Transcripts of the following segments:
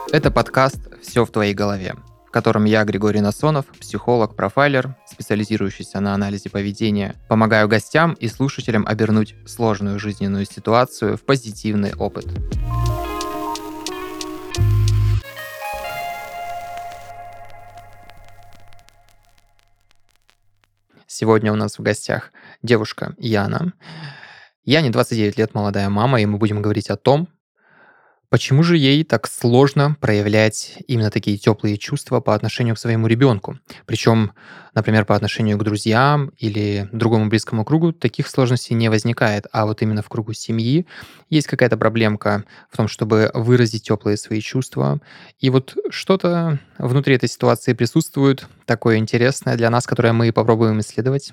Это подкаст «Все в твоей голове», в котором я, Григорий Насонов, психолог, профайлер, специализирующийся на анализе поведения, помогаю гостям и слушателям обернуть сложную жизненную ситуацию в позитивный опыт. Сегодня у нас в гостях девушка Яна. Яне 29 лет, молодая мама, и мы будем говорить о том, почему же ей так сложно проявлять именно такие теплые чувства по отношению к своему ребенку. Причем, например, по отношению к друзьям или другому близкому кругу таких сложностей не возникает. А вот именно в кругу семьи есть какая-то проблемка в том, чтобы выразить теплые свои чувства. И вот что-то внутри этой ситуации присутствует, такое интересное для нас, которое мы попробуем исследовать.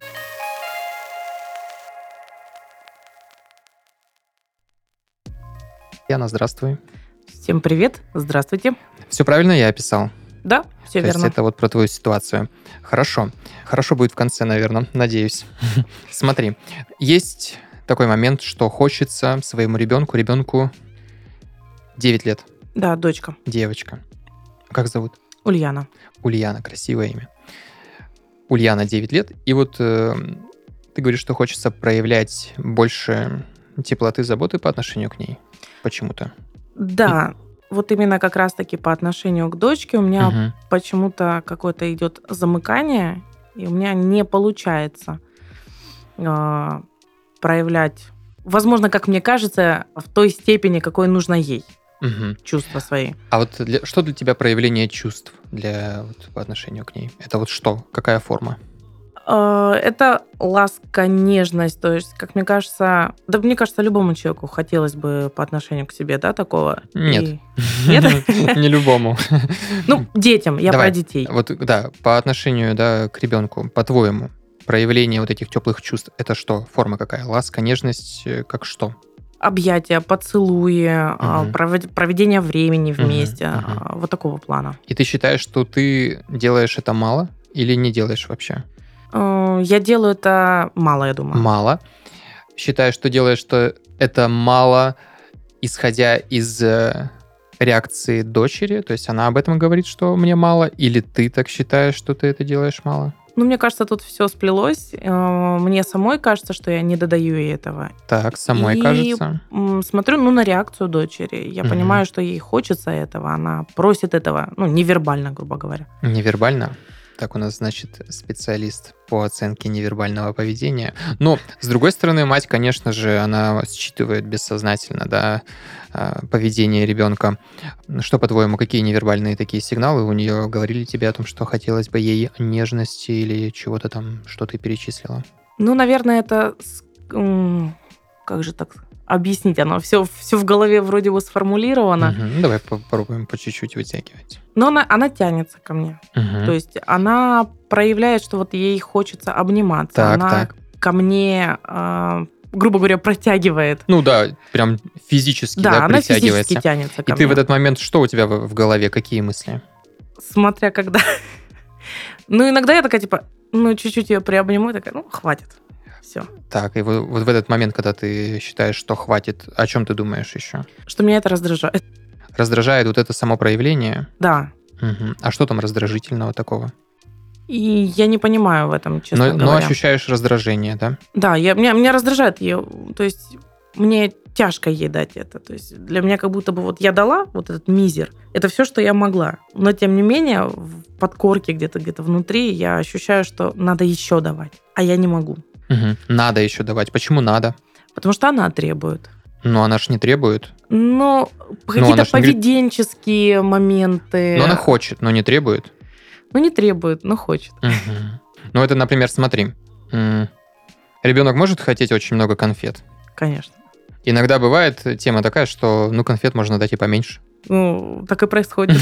Яна, здравствуй. Всем привет, здравствуйте. Все правильно я описал? Да, все То верно. есть это вот про твою ситуацию. Хорошо. Хорошо будет в конце, наверное, надеюсь. Смотри, есть такой момент, что хочется своему ребенку 9 лет, Да, дочка, девочка. Как зовут? Ульяна. Ульяна, красивое имя. Ульяна 9 лет, и вот ты говоришь, что хочется проявлять больше теплоты, заботы по отношению к ней. Почему-то. Да, вот именно как раз-таки по отношению к дочке у меня Мгм. почему-то какое-то идет замыкание, и у меня не получается проявлять, возможно, как мне кажется, в той степени, какой нужно ей, Мгм. чувства свои. А вот что для тебя проявление чувств по отношению к ней? Это вот что? Какая форма? Это ласка, нежность, то есть, как мне кажется, мне кажется, любому человеку хотелось бы по отношению к себе, да, такого. Нет. Нет? Не любому. Ну, детям, я Давай. про детей. Вот, да, по отношению, да, к ребенку, по-твоему, проявление вот этих теплых чувств, это что? Форма какая? Ласка, нежность, как что? Объятия, поцелуи, Мгм. проведение времени Мгм, вместе, мгм. вот такого плана. И ты считаешь, что ты делаешь это мало или не делаешь вообще? Я делаю это мало, я думаю. Мало. Считаешь, что делаешь что это мало, исходя из реакции дочери? То есть она об этом говорит, что мне мало? Или ты так считаешь, что ты это делаешь мало? Ну, мне кажется, тут все сплелось. Мне самой кажется, что я не додаю ей этого. Так, самой И кажется. смотрю, на реакцию дочери. Я Мгм. понимаю, что ей хочется этого, она просит этого, невербально, грубо говоря. Невербально? Так, у нас, значит, специалист по оценке невербального поведения. Но, с другой стороны, мать, конечно же, она считывает бессознательно, да, поведение ребенка. Что, по-твоему, какие невербальные такие сигналы у нее говорили тебе о том, что хотелось бы ей нежности или чего-то там, что ты перечислила? Наверное, это... Как же так объяснить? Оно все в голове вроде бы сформулировано, Мгм. Давай попробуем по чуть-чуть вытягивать. но она тянется ко мне. Мгм. То есть она проявляет, что вот ей хочется обниматься. Так, Она так. ко мне, грубо говоря, протягивает. Ну да, прям физически, да, Да, она физически притягивается. тянется ко И мне. ты в этот момент, что у тебя в голове, какие мысли? Смотря когда. Иногда я такая, типа, чуть-чуть ее приобниму, и такая, хватит. Все. Так, и вот в этот момент, когда ты считаешь, что хватит, о чем ты думаешь еще? Что меня это раздражает. Раздражает вот это само проявление? Да. Мгм. А что там раздражительного такого? И я не понимаю в этом, честно Но говоря. ощущаешь раздражение, да? Да, меня раздражает ее. То есть мне тяжко ей дать это. То есть для меня как будто бы вот я дала вот этот мизер. Это все, что я могла. Но тем не менее в подкорке где-то внутри я ощущаю, что надо еще давать. А я не могу. Мгм. Надо еще давать. Почему надо? Потому что она требует. Ну, она ж не требует. Но она какие-то ж не говорит- поведенческие моменты. Но она хочет, но не требует. Не требует, но хочет. Мгм. Ну, это, например, смотри. Ребенок может хотеть очень много конфет. Конечно. Иногда бывает тема такая, что, конфет можно дать и поменьше. Так и происходит.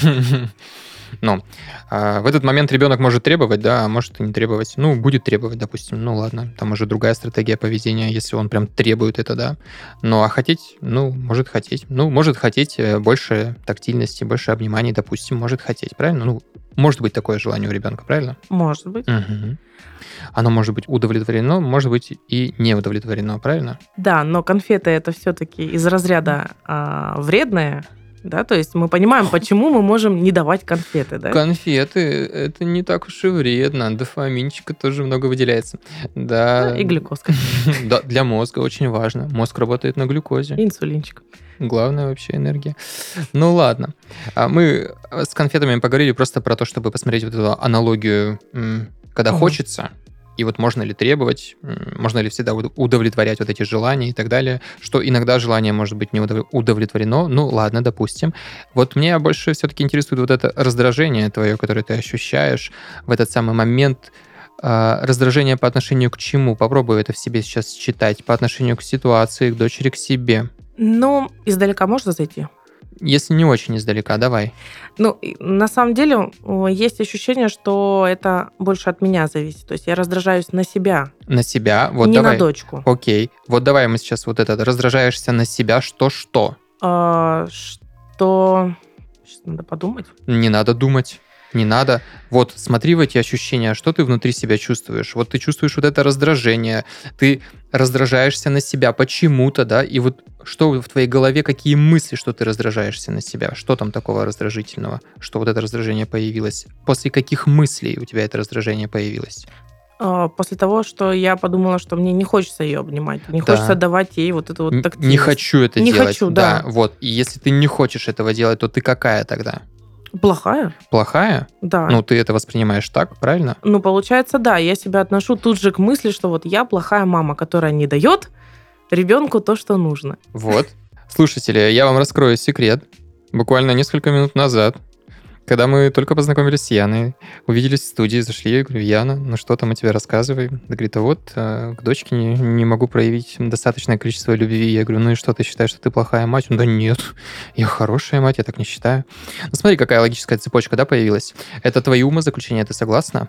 Но в этот момент ребенок может требовать, да, а может и не требовать. Будет требовать, допустим. Ладно, там уже другая стратегия поведения, если он прям требует это, да. А хотеть, может хотеть. Может хотеть больше тактильности, больше обниманий, допустим, может хотеть, правильно? Может быть такое желание у ребенка, правильно? Может быть. Мгм. Оно может быть удовлетворено, может быть и не удовлетворено, правильно? Да, но конфеты это все-таки из разряда вредные. да, то есть мы понимаем, почему мы можем не давать конфеты, да? Конфеты, это не так уж и вредно. Дофаминчика тоже много выделяется. Да, И глюкоз, конечно, да, для мозга очень важно. Мозг работает на глюкозе. и инсулинчик. Главная вообще энергия. Ну ладно. Мы с конфетами поговорили просто про то, чтобы посмотреть вот эту аналогию, когда хочется, и вот можно ли требовать, можно ли всегда удовлетворять вот эти желания и так далее, что иногда желание может быть не удовлетворено. Ну ладно, допустим. Вот меня больше все-таки интересует вот это раздражение твое, которое ты ощущаешь в этот самый момент. Раздражение по отношению к чему? Попробую это в себе сейчас считать. По отношению к ситуации, к дочери, к себе. Ну, издалека можно зайти? Если не очень издалека, давай. Ну, на самом деле, есть ощущение, что это больше от меня зависит. То есть я раздражаюсь на себя. На себя? Вот не давай. на дочку. Окей. Вот давай мы сейчас вот это. Раздражаешься на себя, что? Что... Сейчас надо подумать. Не надо думать. Не надо. Вот смотри в эти ощущения, что ты внутри себя чувствуешь. Вот ты чувствуешь вот это раздражение, ты раздражаешься на себя почему-то, да, и вот что в твоей голове, какие мысли, что ты раздражаешься на себя, что там такого раздражительного, что вот это раздражение появилось, после каких мыслей у тебя это раздражение появилось? После того, что я подумала, что мне не хочется ее обнимать, не хочется давать ей вот эту вот тактильность. Не хочу это не делать. Хочу, да. Вот. И если ты не хочешь этого делать, то ты какая тогда? Плохая. Плохая? Да. Ну, ты это воспринимаешь так, правильно? Ну, получается, да. Я себя отношу тут же к мысли, что вот я плохая мама, которая не дает ребенку то, что нужно. Вот. Слушатели, я вам раскрою секрет. Буквально несколько минут назад, когда мы только познакомились с Яной, увиделись в студии, зашли, я говорю: Яна, ну что там, о тебе рассказывай. Она говорит: а вот к дочке не могу проявить достаточное количество любви. Я говорю: ну и что, ты считаешь, что ты плохая мать? Да нет, я хорошая мать, я так не считаю. Ну смотри, какая логическая цепочка, да, появилась. Это твои умозаключения, ты согласна?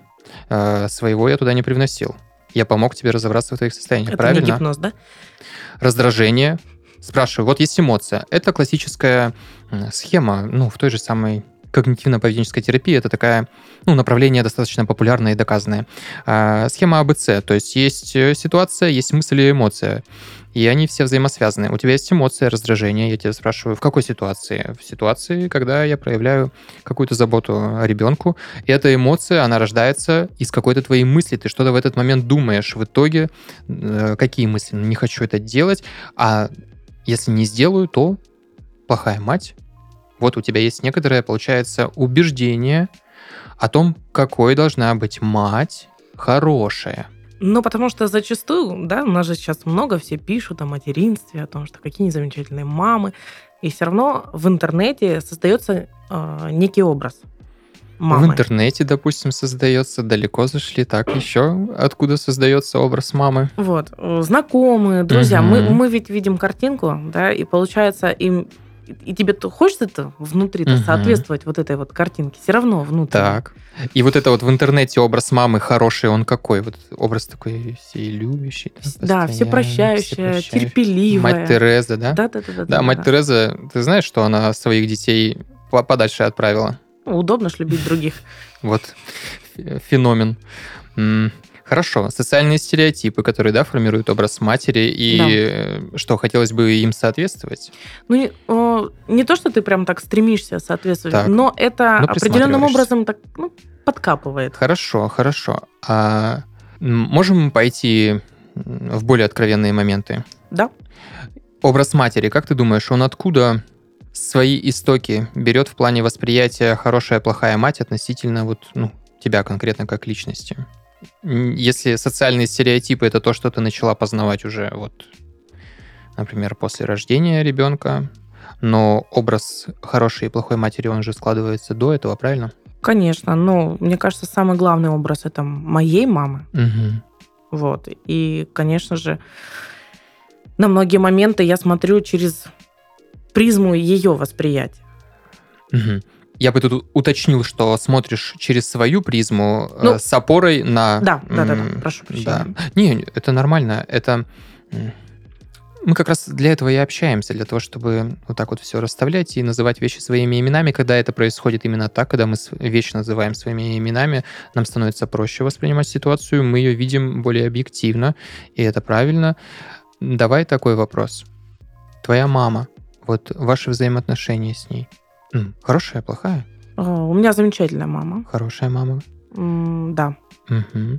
Своего я туда не привносил. Я помог тебе разобраться в твоих состояниях, Это правильно? не гипноз, да? Раздражение. Спрашиваю, вот есть эмоция. Это классическая схема, ну, в той же самой когнитивно-поведенческая терапия. Это такая, ну, направление достаточно популярное и доказанное. Схема АБЦ. То есть есть ситуация, есть мысль и эмоция. И они все взаимосвязаны. У тебя есть эмоция, раздражение. Я тебя спрашиваю, в какой ситуации? В ситуации, когда я проявляю какую-то заботу о ребенку. И эта эмоция, она рождается из какой-то твоей мысли. Ты что-то в этот момент думаешь. В итоге какие мысли? Не хочу это делать. А если не сделаю, то плохая мать. Вот у тебя есть некоторое, получается, убеждение о том, какой должна быть мать хорошая. Ну, потому что зачастую, да, у нас же сейчас много, все пишут о материнстве, о том, что какие замечательные мамы, и все равно в интернете создается некий образ мамы. В интернете, допустим, создается, далеко зашли, так еще откуда создается образ мамы? Вот, знакомые, друзья, мы ведь видим картинку, да, и получается и тебе хочется-то внутри-то соответствовать вот этой вот картинке, все равно внутри. Так. И вот это вот в интернете образ мамы хороший, он какой? Вот образ такой всеилюбящий. Да, всепрощающая, терпеливая. Мать Тереза, да? Да, мать Тереза, ты знаешь, что она своих детей подальше отправила? Удобно ж любить других. Вот феномен. Хорошо. Социальные стереотипы, которые, да, формируют образ матери, и что, хотелось бы им соответствовать? Ну, не то, что ты прям так стремишься соответствовать, но это определенным образом так, подкапывает. Хорошо. А можем пойти в более откровенные моменты? Да. Образ матери, как ты думаешь, он откуда свои истоки берет в плане восприятия хорошая, плохая мать относительно вот, тебя конкретно как личности? Если социальные стереотипы — это то, что ты начала познавать уже, вот, например, после рождения ребенка, но образ хорошей и плохой матери, он же складывается до этого, правильно? Конечно, но мне кажется, самый главный образ — это моей мамы. Угу. Вот. И, конечно же, на многие моменты я смотрю через призму ее восприятия. Угу. Я бы тут уточнил, что смотришь через свою призму с опорой на... Да, прошу прощения. Да. Не, это нормально. Это... Мы как раз для этого и общаемся, для того, чтобы вот так вот все расставлять и называть вещи своими именами. Когда это происходит именно так, когда мы вещи называем своими именами, нам становится проще воспринимать ситуацию, мы ее видим более объективно, и это правильно. Давай такой вопрос. Твоя мама Вот ваши взаимоотношения с ней. Хорошая, плохая? У меня замечательная мама. Хорошая мама. Да. Мгм.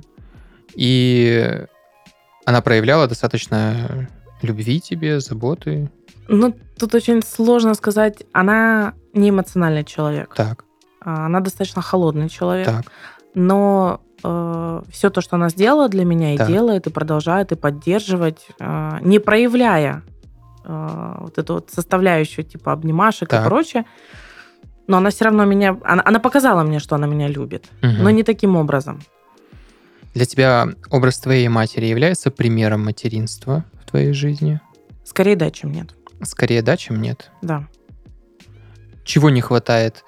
И она проявляла достаточно любви тебе, заботы? Ну, тут очень сложно сказать. Она не эмоциональный человек. Так, Она достаточно холодный человек. так, Но все то, что она сделала для меня, и Так. делает, и продолжает, и поддерживать, не проявляя вот эту вот составляющую типа обнимашек и Так. прочее, но она все равно меня... Она показала мне, что она меня любит, Мгм. но не таким образом. Для тебя образ твоей матери является примером материнства в твоей жизни? Скорее да, чем нет. Скорее да, чем нет. Да. Чего не хватает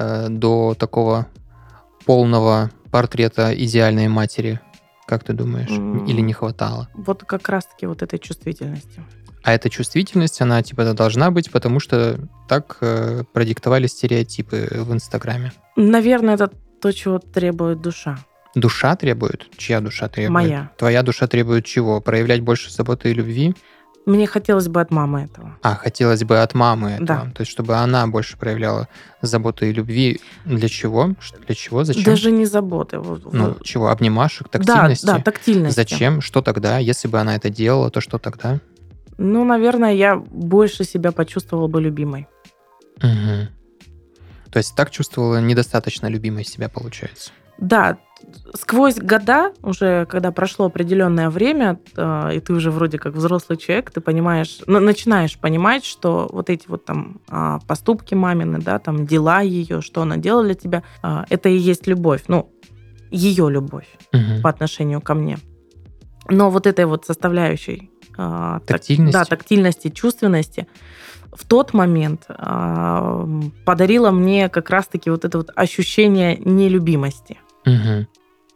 до такого полного портрета идеальной матери, как ты думаешь? Или не хватало? Вот как раз-таки вот этой чувствительности. А эта чувствительность, она типа должна быть, потому что так продиктовали стереотипы в Инстаграме. Наверное, это то, чего требует душа. Душа требует? Чья душа требует? Моя. Твоя душа требует чего? Проявлять больше заботы и любви? Мне хотелось бы от мамы этого. Хотелось бы от мамы этого. Да. То есть, чтобы она больше проявляла заботы и любви. Для чего? Для чего? Зачем? Даже не заботы. Чего? Обнимашек? Тактильности? Да, тактильности. Зачем? Что тогда? Если бы она это делала, то что тогда? Ну, наверное, я больше себя почувствовала бы любимой. Угу. То есть так чувствовала недостаточно любимой себя, получается? Да, сквозь года, уже когда прошло определенное время, и ты уже вроде как взрослый человек, ты понимаешь, начинаешь понимать, что вот эти вот там поступки мамины, да, там дела ее, что она делала для тебя, это и есть любовь, ну, ее любовь по отношению ко мне. Но вот этой вот составляющей тактильности? Тактильности, чувственности в тот момент подарила мне как раз-таки вот это вот ощущение нелюбимости. Угу.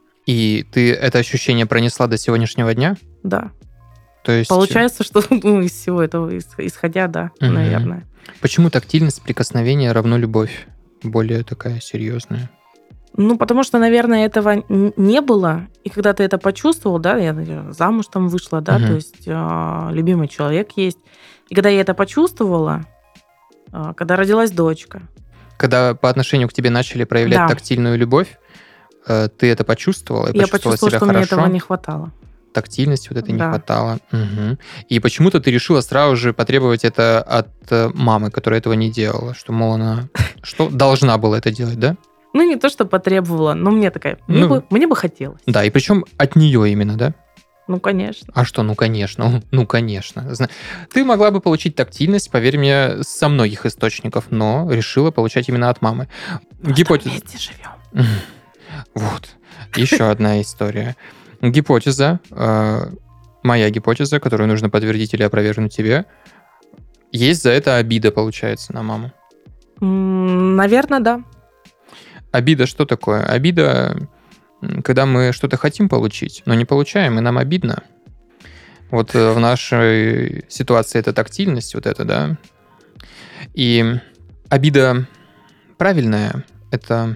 И ты это ощущение пронесла до сегодняшнего дня? Да. То есть... Получается, что из всего этого исходя, да, наверное. Почему тактильность, прикосновение равно любовь? Более такая серьезная. Ну, потому что, наверное, этого не было. И когда ты это почувствовал, да, я замуж там вышла, да, то есть любимый человек есть. И когда я это почувствовала, когда родилась дочка. Когда по отношению к тебе начали проявлять тактильную любовь, ты это почувствовала? Я почувствовала, себя что хорошо? мне этого не хватало. Тактильности вот этой не хватало. Угу. И почему-то ты решила сразу же потребовать это от мамы, которая этого не делала. Что, мол, она что должна была это делать, да? Ну, не то, что потребовала, но мне такая, мне бы хотелось. Да, и причем от нее именно, да? Ну, конечно. А что, ну, конечно. Ну, конечно. Ты могла бы получить тактильность, поверь мне, со многих источников, но решила получать именно от мамы. Гипотеза. Вместе живем. Вот. Еще одна история. Гипотеза, моя гипотеза, которую нужно подтвердить или опровергнуть тебе. Есть за это обида, получается, на маму? Наверное, да. Обида что такое? Обида, когда мы что-то хотим получить, но не получаем, и нам обидно. Вот в нашей ситуации это тактильность, вот это, да. И обида правильная, это...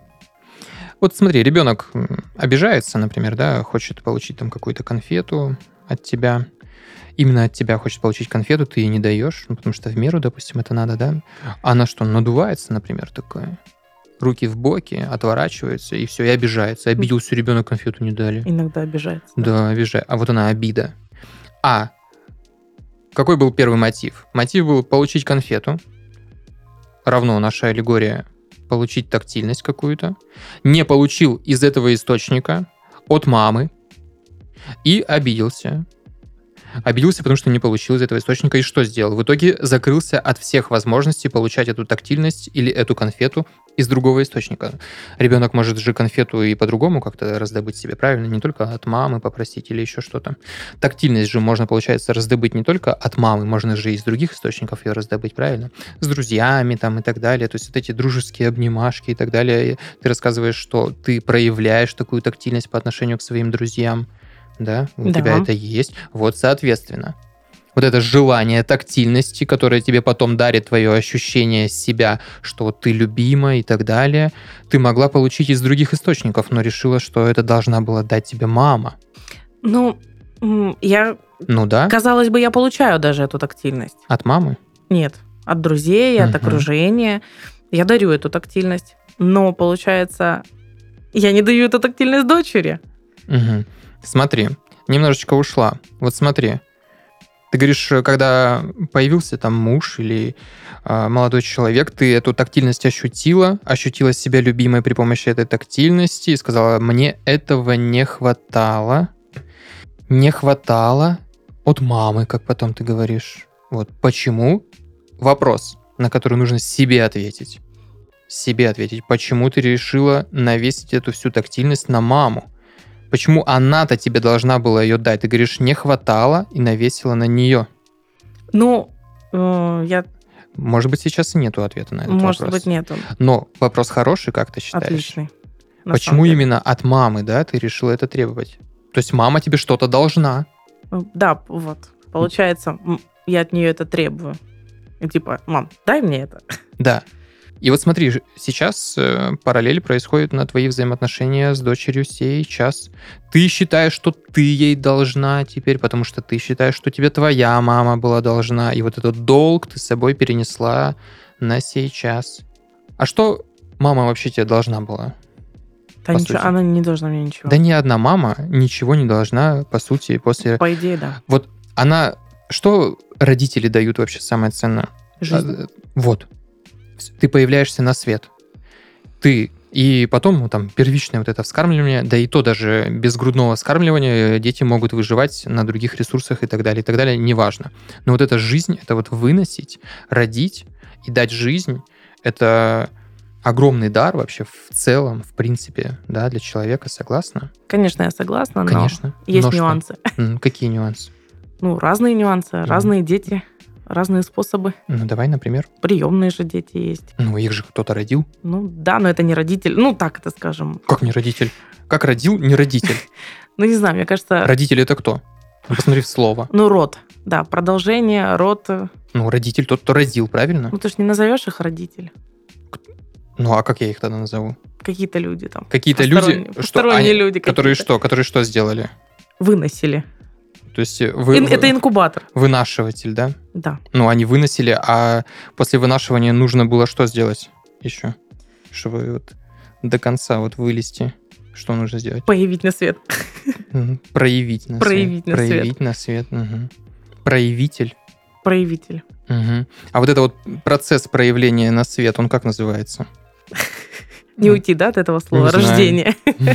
Вот смотри, ребенок обижается, например, да, хочет получить там какую-то конфету от тебя. Именно от тебя хочет получить конфету, ты ей не даешь, ну, потому что в меру, допустим, это надо, да. Она что, надувается, например, такая? Руки в боки, отворачивается, и все, и обижается. Обиделся ребенок, конфету не дали. Иногда обижается. Да, обижается. А вот она обида. Какой был первый мотив? Мотив был получить конфету. Равно наша аллегория получить тактильность какую-то. Не получил из этого источника от мамы и обиделся. Обиделся, потому что не получил из этого источника. И что сделал? В итоге закрылся от всех возможностей получать эту тактильность или эту конфету из другого источника. Ребенок может же конфету и по-другому как-то раздобыть себе, правильно? Не только от мамы попросить или еще что-то. Тактильность же можно, получается, раздобыть не только от мамы, можно же и из других источников ее раздобыть, правильно? С друзьями там и так далее. То есть вот эти дружеские обнимашки и так далее. Ты рассказываешь, что ты проявляешь такую тактильность по отношению к своим друзьям. Да, у тебя это есть. Вот, соответственно, вот это желание тактильности, которое тебе потом дарит твое ощущение себя, что вот ты любима и так далее, ты могла получить из других источников, но решила, что это должна была дать тебе мама. Ну, я... Ну да. Казалось бы, я получаю даже эту тактильность. От мамы? Нет, от друзей, от Мгм. окружения. Я дарю эту тактильность. Но, получается, я не даю эту тактильность дочери. Мгм. Смотри, немножечко ушла. Вот смотри. Ты говоришь, когда появился там муж или молодой человек, ты эту тактильность ощутила себя любимой при помощи этой тактильности и сказала, мне этого не хватало. Не хватало от мамы, как потом ты говоришь. Вот почему? Вопрос, на который нужно себе ответить. Себе ответить, почему ты решила навесить эту всю тактильность на маму? Почему она-то тебе должна была ее дать? Ты говоришь, не хватало и навесила на нее. Ну, я, Может быть, сейчас и нету ответа на этот может вопрос. быть, нету. Но вопрос хороший, как ты считаешь? Отличный. на Почему самом деле. именно от мамы, да, ты решила это требовать? То есть мама тебе что-то должна. Да, вот. Получается, я от нее это требую. И типа, мам, дай мне это. Да. И вот смотри, сейчас параллель происходит на твои взаимоотношения с дочерью сейчас. Ты считаешь, что ты ей должна теперь, потому что ты считаешь, что тебе твоя мама была должна, и вот этот долг ты с собой перенесла на сейчас. А что мама вообще тебе должна была? Да По ничего, сути. она не должна мне ничего. Да ни одна мама ничего не должна, по сути, после... По идее, да. Вот она... Что родители дают вообще самое ценное? Жизнь. Вот. Ты появляешься на свет. Ты и потом, ну, там, первичное вот это вскармливание, да и то даже без грудного вскармливания дети могут выживать на других ресурсах и так далее, неважно. Но вот эта жизнь, это вот выносить, родить и дать жизнь, это огромный дар вообще в целом, в принципе, да, для человека, согласна? Конечно, я согласна, но Конечно. есть Но что? нюансы. Какие нюансы? Ну, разные нюансы, разные дети, разные способы. Ну, давай, например. Приемные же дети есть. Ну, их же кто-то родил. Ну, да, но это не родитель. Ну, так это скажем. Как не родитель? Как родил, не родитель? Ну, не знаю, мне кажется... Родитель это кто? Ну, посмотри в слово. Ну, род. Да, продолжение, род. Ну, родитель тот, кто родил, правильно? Ну, ты же не назовешь их родитель. Ну, а как я их тогда назову? Какие-то люди там. Какие-то люди, Посторонние люди которые какие-то. что? Которые что сделали? Выносили. То есть Это инкубатор. вынашиватель, да? Да. Ну, они выносили, а после вынашивания нужно было что сделать еще? Чтобы вот до конца вот вылезти. Что нужно сделать? Появить на свет. Проявить на свет. Проявить на свет. Проявить на свет. Угу. Проявитель. Проявитель. Угу. А вот это вот процесс проявления на свет, он как называется? Не уйти, да, от этого слова? Не знаю. Рождение.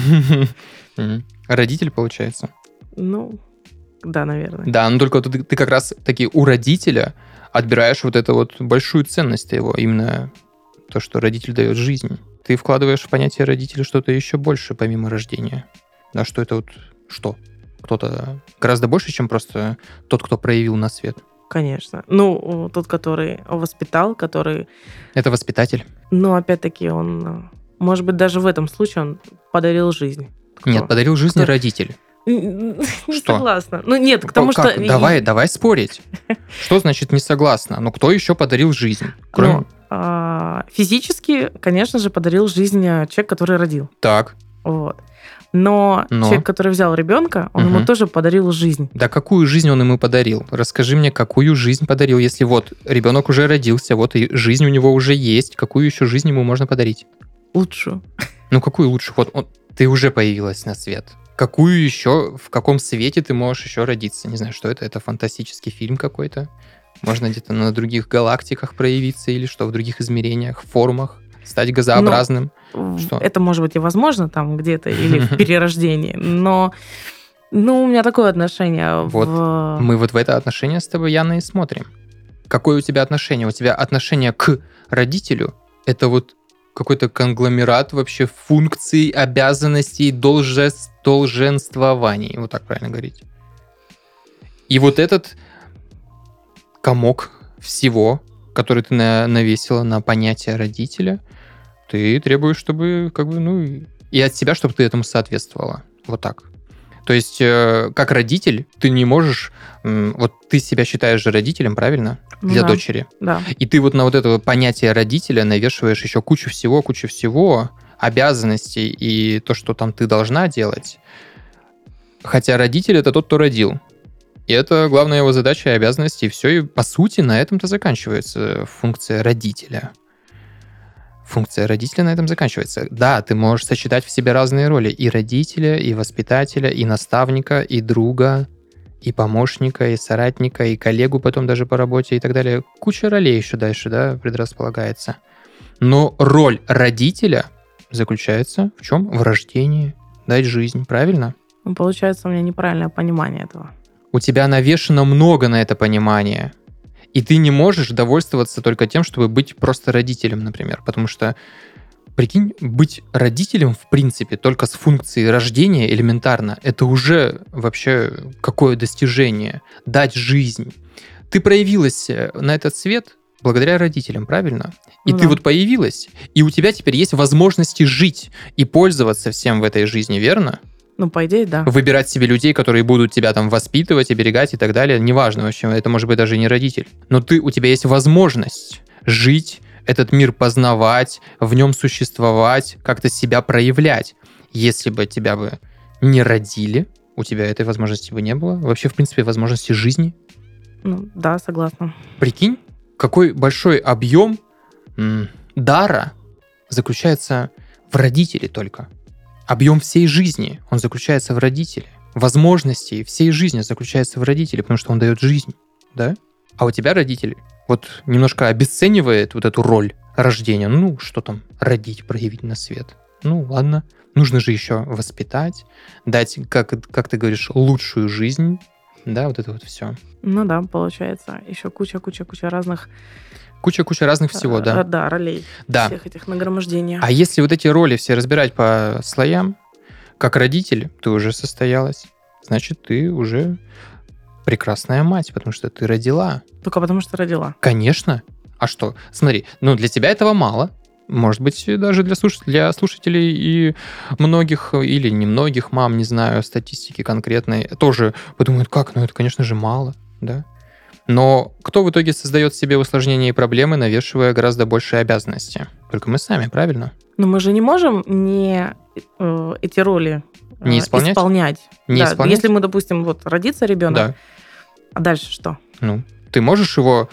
Родитель, получается? Ну, да, наверное. Да, но только ты как раз таки у родителя отбираешь вот эту вот большую ценность его, именно то, что родитель дает жизнь. Ты вкладываешь в понятие родителя что-то еще больше, помимо рождения. Да, что это вот что? Кто-то гораздо больше, чем просто тот, кто проявил на свет. Конечно. Ну, тот, который воспитал, который... Это воспитатель? Ну, опять-таки, он... Может быть, даже в этом случае он подарил жизнь. Нет, подарил жизнь Кто? родитель. Не Что? согласна. Ну, нет, потому Как? что... Давай спорить. Что значит не согласна? Ну, кто еще подарил жизнь? Кроме... Физически, конечно же, подарил жизнь человек, который родил. Так. Вот. Но человек, который взял ребенка, он ему тоже подарил жизнь. Да какую жизнь он ему подарил? Расскажи мне, какую жизнь подарил, если вот ребенок уже родился, вот и жизнь у него уже есть, какую еще жизнь ему можно подарить? Лучшую. Ну, какую лучше? Вот ты уже появилась на свет. Какую еще, в каком свете ты можешь еще родиться? Не знаю, что это? Это фантастический фильм какой-то? Можно где-то на других галактиках проявиться или что, в других измерениях, формах, стать газообразным? Что? Это может быть и возможно там где-то или в перерождении, но у меня такое отношение. Вот мы вот в это отношение с тобой, Яна, и смотрим. Какое у тебя отношение? У тебя отношение к родителю? Это вот какой-то конгломерат вообще функций, обязанностей, долженствований. Вот так правильно говорить. И вот этот комок всего, который ты навесила на понятие родителя, ты требуешь, чтобы и от себя, чтобы ты этому соответствовала. Вот так. То есть, как родитель, ты не можешь... Вот ты себя считаешь же родителем, правильно? Для дочери. Да. И ты вот на вот это понятие родителя навешиваешь еще кучу всего, обязанностей и то, что там ты должна делать. Хотя родитель — это тот, кто родил. И это главная его задача и обязанность, и все. И, по сути, на этом-то заканчивается функция родителя. Функция родителя на этом заканчивается. Да, ты можешь сочетать в себе разные роли. И родителя, и воспитателя, и наставника, и друга, и помощника, и соратника, и коллегу потом даже по работе и так далее. Куча ролей еще дальше, да, предрасполагается. Но роль родителя заключается в чем? В рождении. Дать жизнь, правильно? Ну, получается, у меня неправильное понимание этого. У тебя навешено много на это понимание. И ты не можешь довольствоваться только тем, чтобы быть просто родителем, например. Потому что, прикинь, быть родителем, в принципе, только с функцией рождения элементарно, это уже вообще какое достижение. Дать жизнь. Ты проявилась на этот свет благодаря родителям, правильно? И Ну ты да. вот появилась, и у тебя теперь есть возможности жить и пользоваться всем в этой жизни, верно? Ну, по идее, да. Выбирать себе людей, которые будут тебя там воспитывать, оберегать и так далее. Неважно вообще, это может быть даже не родитель. Но у тебя есть возможность жить, этот мир познавать, в нем существовать, как-то себя проявлять. Если бы тебя бы не родили, у тебя этой возможности бы не было. Вообще, в принципе, возможности жизни. Ну, да, согласна. Прикинь, какой большой объем дара заключается в родителе только. Объем всей жизни, он заключается в родителе. Возможности всей жизни заключаются в родителе, потому что он дает жизнь, да? А у тебя родитель вот немножко обесценивает вот эту роль рождения. Ну, что там, родить, проявить на свет. Ну, ладно. Нужно же еще воспитать, дать, как ты говоришь, лучшую жизнь. Да, вот это вот все. Ну да, получается. Еще куча разных... Куча разных всего, да. Да, ролей. Да. Всех этих нагромождений. А если вот эти роли все разбирать по слоям, как родитель, ты уже состоялась. Значит, ты уже прекрасная мать, потому что ты родила. Только потому что родила. Конечно. А что? Смотри, для тебя этого мало. Может быть, даже для слушателей и многих или немногих мам, не знаю, статистики конкретной, тоже подумают, как? Это, конечно же, мало, да? Но кто в итоге создает себе усложнения и проблемы, навешивая гораздо большие обязанности? Только мы сами, правильно? Но мы же не можем эти роли Не исполнять? Не Да, исполнять? если мы, допустим, вот родится ребенок, Да. а дальше что? Ты можешь его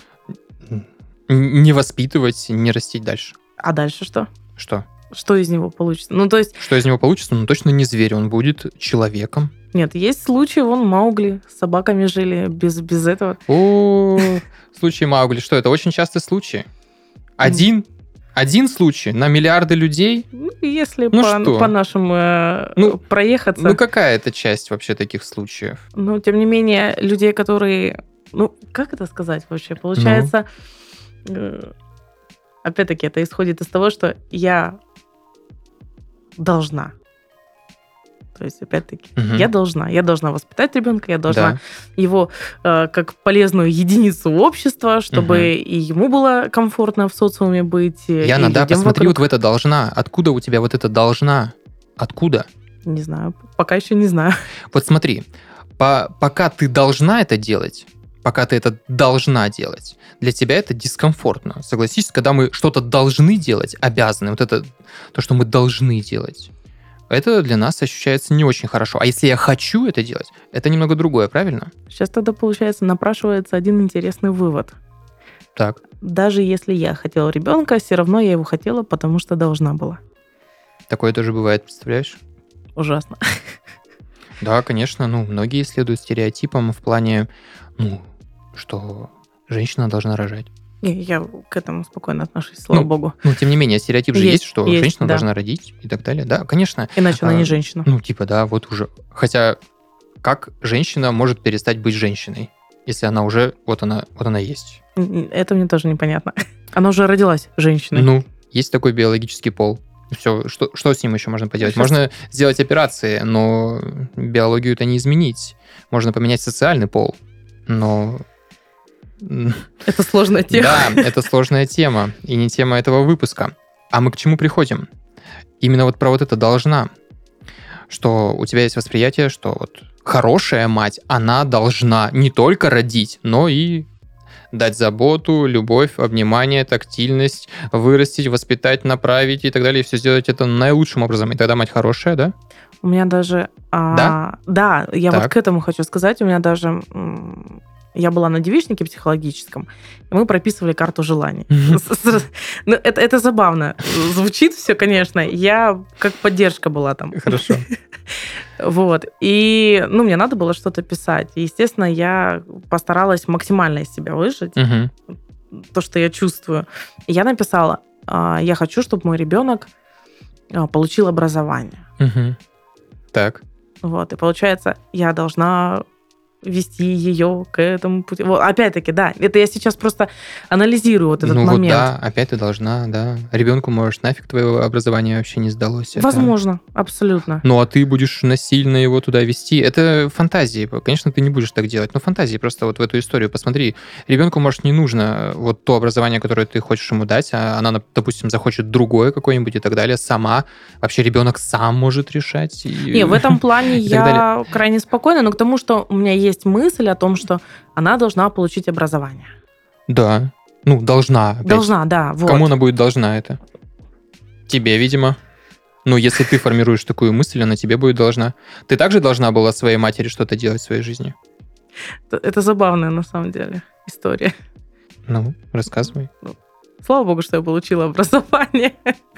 не воспитывать, не растить дальше. А дальше что? Что? Что из него получится? Ну, то есть... Что из него получится? Точно не зверь, он будет человеком. Нет, есть случаи, Маугли с собаками жили без этого. Случай Маугли. Что, это очень частый случай? Один случай на миллиарды людей? Если по нашему проехаться... Какая это часть вообще таких случаев? Но, тем не менее, людей, которые... как это сказать вообще? Получается... Опять-таки, это исходит из того, что я должна. То есть, опять-таки, я должна воспитать ребенка, я должна его как полезную единицу общества, чтобы и ему было комфортно в социуме быть. Яна, да, посмотри вот в это должна. Откуда у тебя вот это должна? Откуда? Не знаю, пока еще не знаю. Вот смотри, пока ты должна это делать, пока ты это должна делать, для тебя это дискомфортно. Согласись, когда мы что-то должны делать, обязаны, вот это то, что мы должны делать, это для нас ощущается не очень хорошо. А если я хочу это делать, это немного другое, правильно? Сейчас тогда, получается, напрашивается один интересный вывод. Так. Даже если я хотела ребенка, все равно я его хотела, потому что должна была. Такое тоже бывает, представляешь? Ужасно. Да, конечно, многие следуют стереотипам в плане, что женщина должна рожать. Я к этому спокойно отношусь, слава богу. Тем не менее, стереотип же есть, что женщина да. должна родить и так далее. Да, конечно. Иначе она не женщина. Да, вот уже. Хотя, как женщина может перестать быть женщиной, если она уже, вот она есть? Это мне тоже непонятно. Она уже родилась женщиной. Есть такой биологический пол. Все, что с ним еще можно поделать? Можно сделать операции, но биологию это не изменить. Можно поменять социальный пол, но... Это сложная тема. Да, это сложная тема, и не тема этого выпуска. А мы к чему приходим? Именно вот про вот это должна. Что у тебя есть восприятие, что вот хорошая мать, она должна не только родить, но и дать заботу, любовь, обнимание, тактильность, вырастить, воспитать, направить и так далее, и все сделать это наилучшим образом. И тогда мать хорошая, да? У меня даже... Да? Да, я вот Так. к этому хочу сказать. У меня даже... Я была на девичнике психологическом, и мы прописывали карту желаний. Ну, это забавно. Звучит все, конечно. Я как поддержка была там. Хорошо. Вот. И, мне надо было что-то писать. И, естественно, я постаралась максимально из себя выжать Мгм. то, что я чувствую. И я написала, я хочу, чтобы мой ребенок получил образование. Мгм. Так. Вот. И получается, я должна вести ее к этому пути. Вот, опять-таки, да, это я сейчас просто анализирую вот этот Ну вот момент. да, опять ты должна, да. Ребенку, может, нафиг твоего образования вообще не сдалось. Это- Возможно, абсолютно. Ну, а ты будешь насильно его туда вести. Это фантазии. Конечно, ты не будешь так делать, но фантазии просто вот в эту историю. Посмотри, ребенку, может, не нужно вот то образование, которое ты хочешь ему дать, а она, допустим, захочет другое какое-нибудь и так далее, сама. Вообще ребенок сам может решать. Не, в этом плане и так далее. я крайне спокойна, но к тому, что у меня есть мысль о том, что она должна получить образование. Да. Ну, должна. Опять. Должна, да, вот. Кому она будет должна это? Тебе, видимо. Ну, если ты формируешь такую мысль, она тебе будет должна. Ты также должна была своей матери что-то делать в своей жизни? Это забавная, на самом деле, история. Ну, рассказывай. Слава богу, что я получила образование.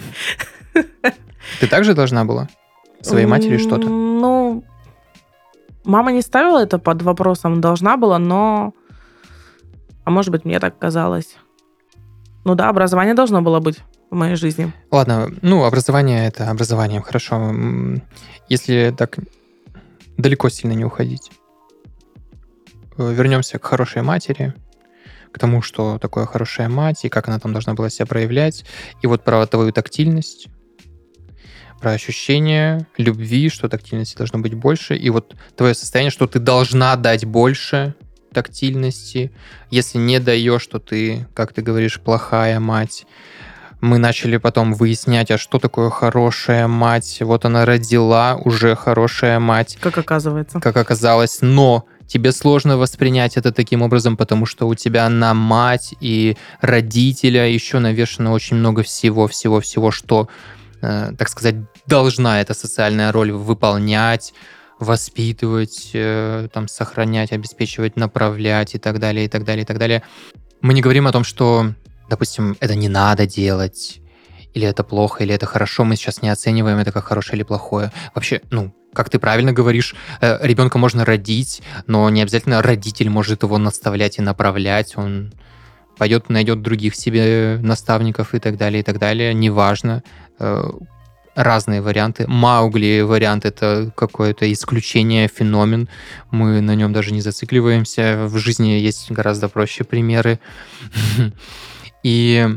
Ты также должна была своей матери что-то? Ну, мама не ставила это под вопросом, должна была, но... А может быть, мне так казалось. Ну да, образование должно было быть в моей жизни. Ладно, ну, образование — это образование, хорошо. Если так далеко сильно не уходить. Вернемся к хорошей матери, к тому, что такое хорошая мать, и как она там должна была себя проявлять. И вот про твою тактильность, про ощущение любви, что тактильности должно быть больше, и вот твое состояние, что ты должна дать больше тактильности. Если не даешь, то ты, как ты говоришь, плохая мать. Мы начали потом выяснять, а что такое хорошая мать. Вот она родила, уже хорошая мать, Как оказывается. как оказалось. Но тебе сложно воспринять это таким образом, потому что у тебя на мать и родителя еще навешано очень много всего, что, так сказать, должна эта социальная роль выполнять, воспитывать, там, сохранять, обеспечивать, направлять и так далее, и так далее, и так далее. Мы не говорим о том, что, допустим, это не надо делать, или это плохо, или это хорошо. Мы сейчас не оцениваем это как хорошее или плохое. Вообще, как ты правильно говоришь, ребенка можно родить, но не обязательно родитель может его наставлять и направлять. Он пойдет, найдет других себе наставников и так далее, неважно. Разные варианты. Маугли вариант — это какое-то исключение, феномен. Мы на нем даже не зацикливаемся. В жизни есть гораздо проще примеры. И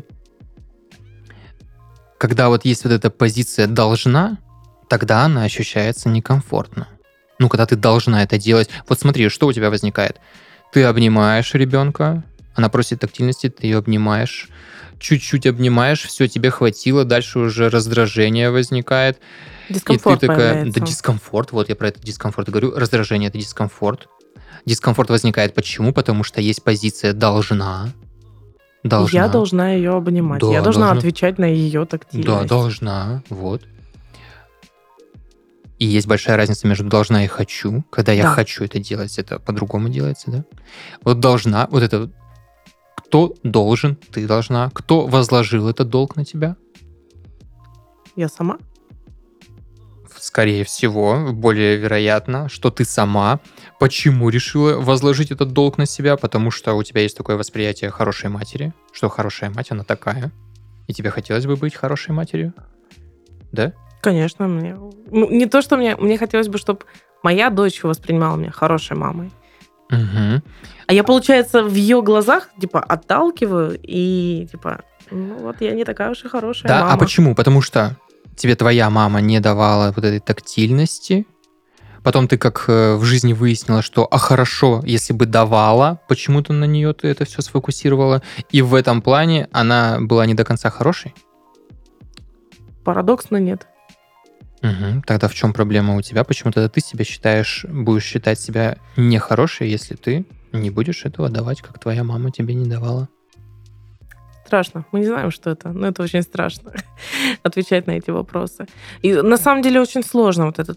когда вот есть вот эта позиция «должна», тогда она ощущается некомфортно. Когда ты должна это делать. Вот смотри, что у тебя возникает. Ты обнимаешь ребенка, она просит тактильности, ты ее обнимаешь, чуть-чуть обнимаешь, все, тебе хватило, дальше уже раздражение возникает. Дискомфорт и ты такая, появляется. да, дискомфорт, вот я про этот дискомфорт говорю, раздражение — это дискомфорт. Дискомфорт возникает почему? Потому что есть позиция «должна». Я должна ее обнимать. Да, я должна должна. отвечать на ее тактильность. Да, должна, вот. И есть большая разница между «должна» и «хочу». Когда я Да. хочу это делать, это по-другому делается, да? Вот «должна», вот это кто должен, ты должна. Кто возложил этот долг на тебя? Я сама. Скорее всего, более вероятно, что ты сама. Почему решила возложить этот долг на себя? Потому что у тебя есть такое восприятие хорошей матери, что хорошая мать, она такая. И тебе хотелось бы быть хорошей матерью? Да? Конечно, мне... не то, что мне хотелось бы, чтобы моя дочь воспринимала меня хорошей мамой. Угу. А я, получается, в ее глазах, отталкиваю и, вот я не такая уж и хорошая Да, мама. а почему? Потому что тебе твоя мама не давала вот этой тактильности. Потом ты как в жизни выяснила, что хорошо, если бы давала, почему-то на нее ты это все сфокусировала. И в этом плане она была не до конца хорошей? Парадоксно нет. Угу. Тогда в чем проблема у тебя? Почему тогда ты будешь считать себя нехорошей, если ты не будешь этого давать, как твоя мама тебе не давала? Страшно. Мы не знаем, что это, но это очень страшно отвечать на эти вопросы. И на самом деле очень сложно вот этот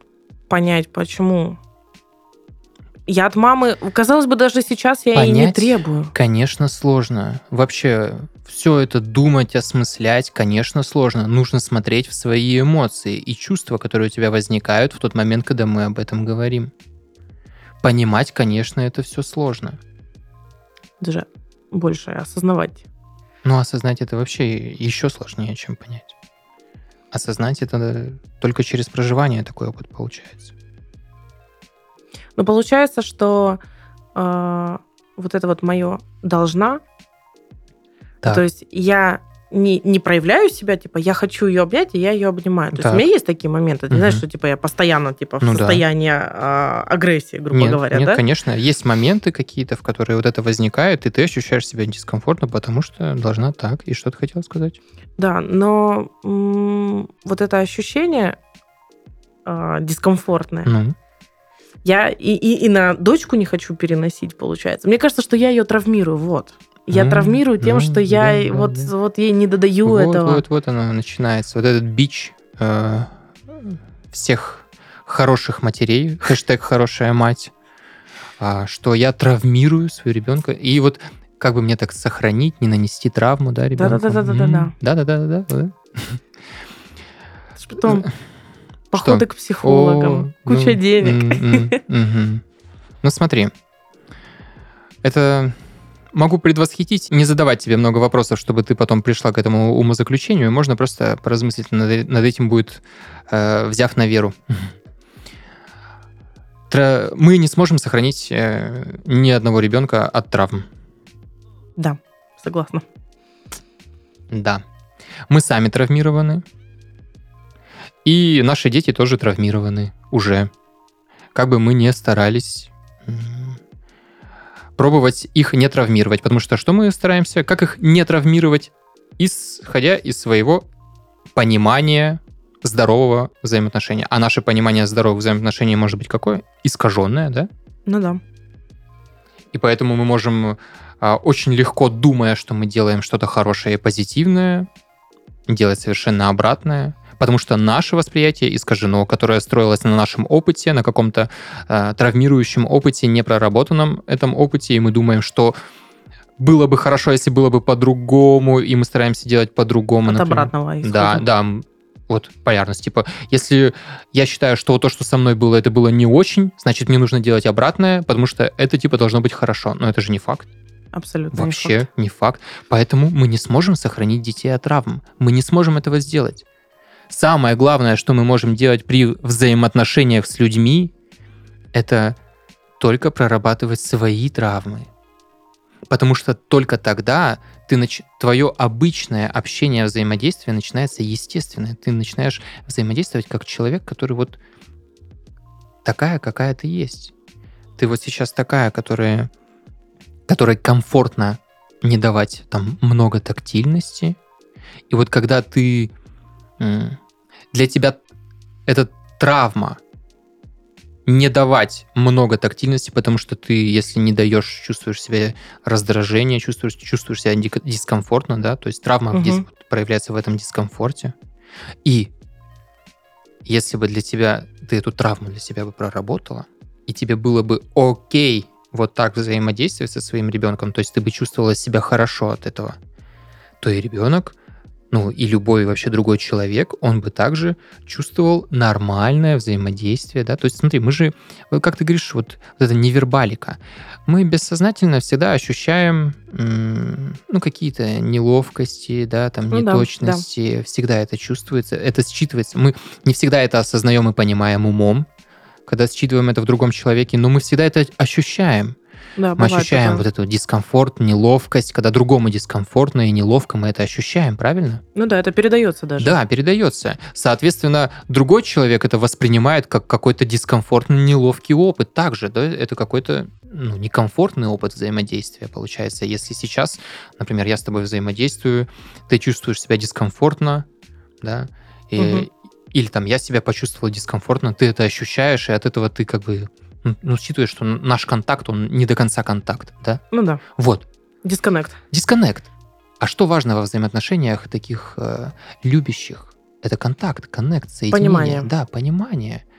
понять, почему. Я от мамы, казалось бы, даже сейчас я и не Понять, требую. конечно, сложно. Вообще, все это думать, осмыслять, конечно, сложно. Нужно смотреть в свои эмоции и чувства, которые у тебя возникают в тот момент, когда мы об этом говорим. Понимать, конечно, это все сложно. Даже больше осознавать. Но осознать это вообще еще сложнее, чем понять. Осознать это только через проживание такой опыт получается. Но получается, что вот это вот мое должна, Так. то есть я не проявляю себя, типа, я хочу ее обнять, и я ее обнимаю. То есть Так. у меня есть такие моменты, ты знаешь, Мгм. что типа я постоянно типа в Ну да. состоянии агрессии, грубо Нет, говоря, нет, да? конечно, есть моменты какие-то, в которые вот это возникает, и ты ощущаешь себя дискомфортно, потому что должна так. И что ты хотела сказать? Да, но вот это ощущение дискомфортное, Ну, я и на дочку не хочу переносить, получается. Мне кажется, что я ее травмирую, вот. Я травмирую тем, ну, что я да, вот, да. вот ей не додаю этого. Вот оно начинается. Вот этот бич всех хороших матерей, хэштег «хорошая мать», что я травмирую своего ребенка. И вот как бы мне так сохранить, не нанести травму, да, ребенку? Да-да-да-да-да-да. Да-да-да-да. Это ж потом походы к психологам, куча денег. Ну смотри, это могу предвосхитить, не задавать тебе много вопросов, чтобы ты потом пришла к этому умозаключению. Можно просто поразмыслить над этим будет, взяв на веру. Мы не сможем сохранить ни одного ребенка от травм. Да, согласна. Да. Мы сами травмированы. И наши дети тоже травмированы уже. Как бы мы ни старались пробовать их не травмировать. Потому что мы стараемся? Как их не травмировать? Исходя из своего понимания здорового взаимоотношения. А наше понимание здоровых взаимоотношений может быть какое? Искаженное, да? Ну да. И поэтому мы можем, очень легко, думая, что мы делаем что-то хорошее и позитивное, делать совершенно обратное. Потому что наше восприятие искажено, которое строилось на нашем опыте, на каком-то травмирующем опыте, непроработанном этом опыте, и мы думаем, что было бы хорошо, если было бы по-другому, и мы стараемся делать по-другому. От например. обратного исхода. Да, вот полярность. Типа, если я считаю, что вот то, что со мной было, это было не очень, значит, мне нужно делать обратное, потому что это, типа, должно быть хорошо. Но это же не факт. Абсолютно Вообще не факт. Поэтому мы не сможем сохранить детей от травм. Мы не сможем этого сделать. Самое главное, что мы можем делать при взаимоотношениях с людьми, это только прорабатывать свои травмы. Потому что только тогда твое обычное общение, взаимодействие начинается естественное. Ты начинаешь взаимодействовать как человек, который вот такая, какая ты есть. Ты вот сейчас такая, которой комфортно не давать там много тактильности. И вот когда для тебя это травма не давать много тактильности, потому что ты, если не даешь, чувствуешь себя раздражение, чувствуешь себя дискомфортно, да, то есть травма проявляется в этом дискомфорте. И если бы для тебя, ты эту травму для себя бы проработала, и тебе было бы окей вот так взаимодействовать со своим ребенком, то есть ты бы чувствовала себя хорошо от этого, то и ребенок, и любой вообще другой человек, он бы также чувствовал нормальное взаимодействие, да, то есть смотри, мы же, как ты говоришь, вот это невербалика, мы бессознательно всегда ощущаем, какие-то неловкости, да, там, неточности, всегда это чувствуется, это считывается, мы не всегда это осознаем и понимаем умом, когда считываем это в другом человеке, но мы всегда это ощущаем. Да, мы ощущаем вот эту дискомфорт, неловкость, когда другому дискомфортно и неловко, мы это ощущаем, правильно? Ну да, это передается даже. Да, передается. Соответственно, другой человек это воспринимает как какой-то дискомфортный, неловкий опыт. Также, да, это какой-то некомфортный опыт взаимодействия получается. Если сейчас, например, я с тобой взаимодействую, ты чувствуешь себя дискомфортно, да, или там я себя почувствовал дискомфортно, ты это ощущаешь, и от этого ты как бы считываешь, что наш контакт, он не до конца контакт, да? Ну да. Вот. Дисконнект. А что важно во взаимоотношениях таких любящих? Это контакт, коннект, соединение. Понимание. Да, понимание.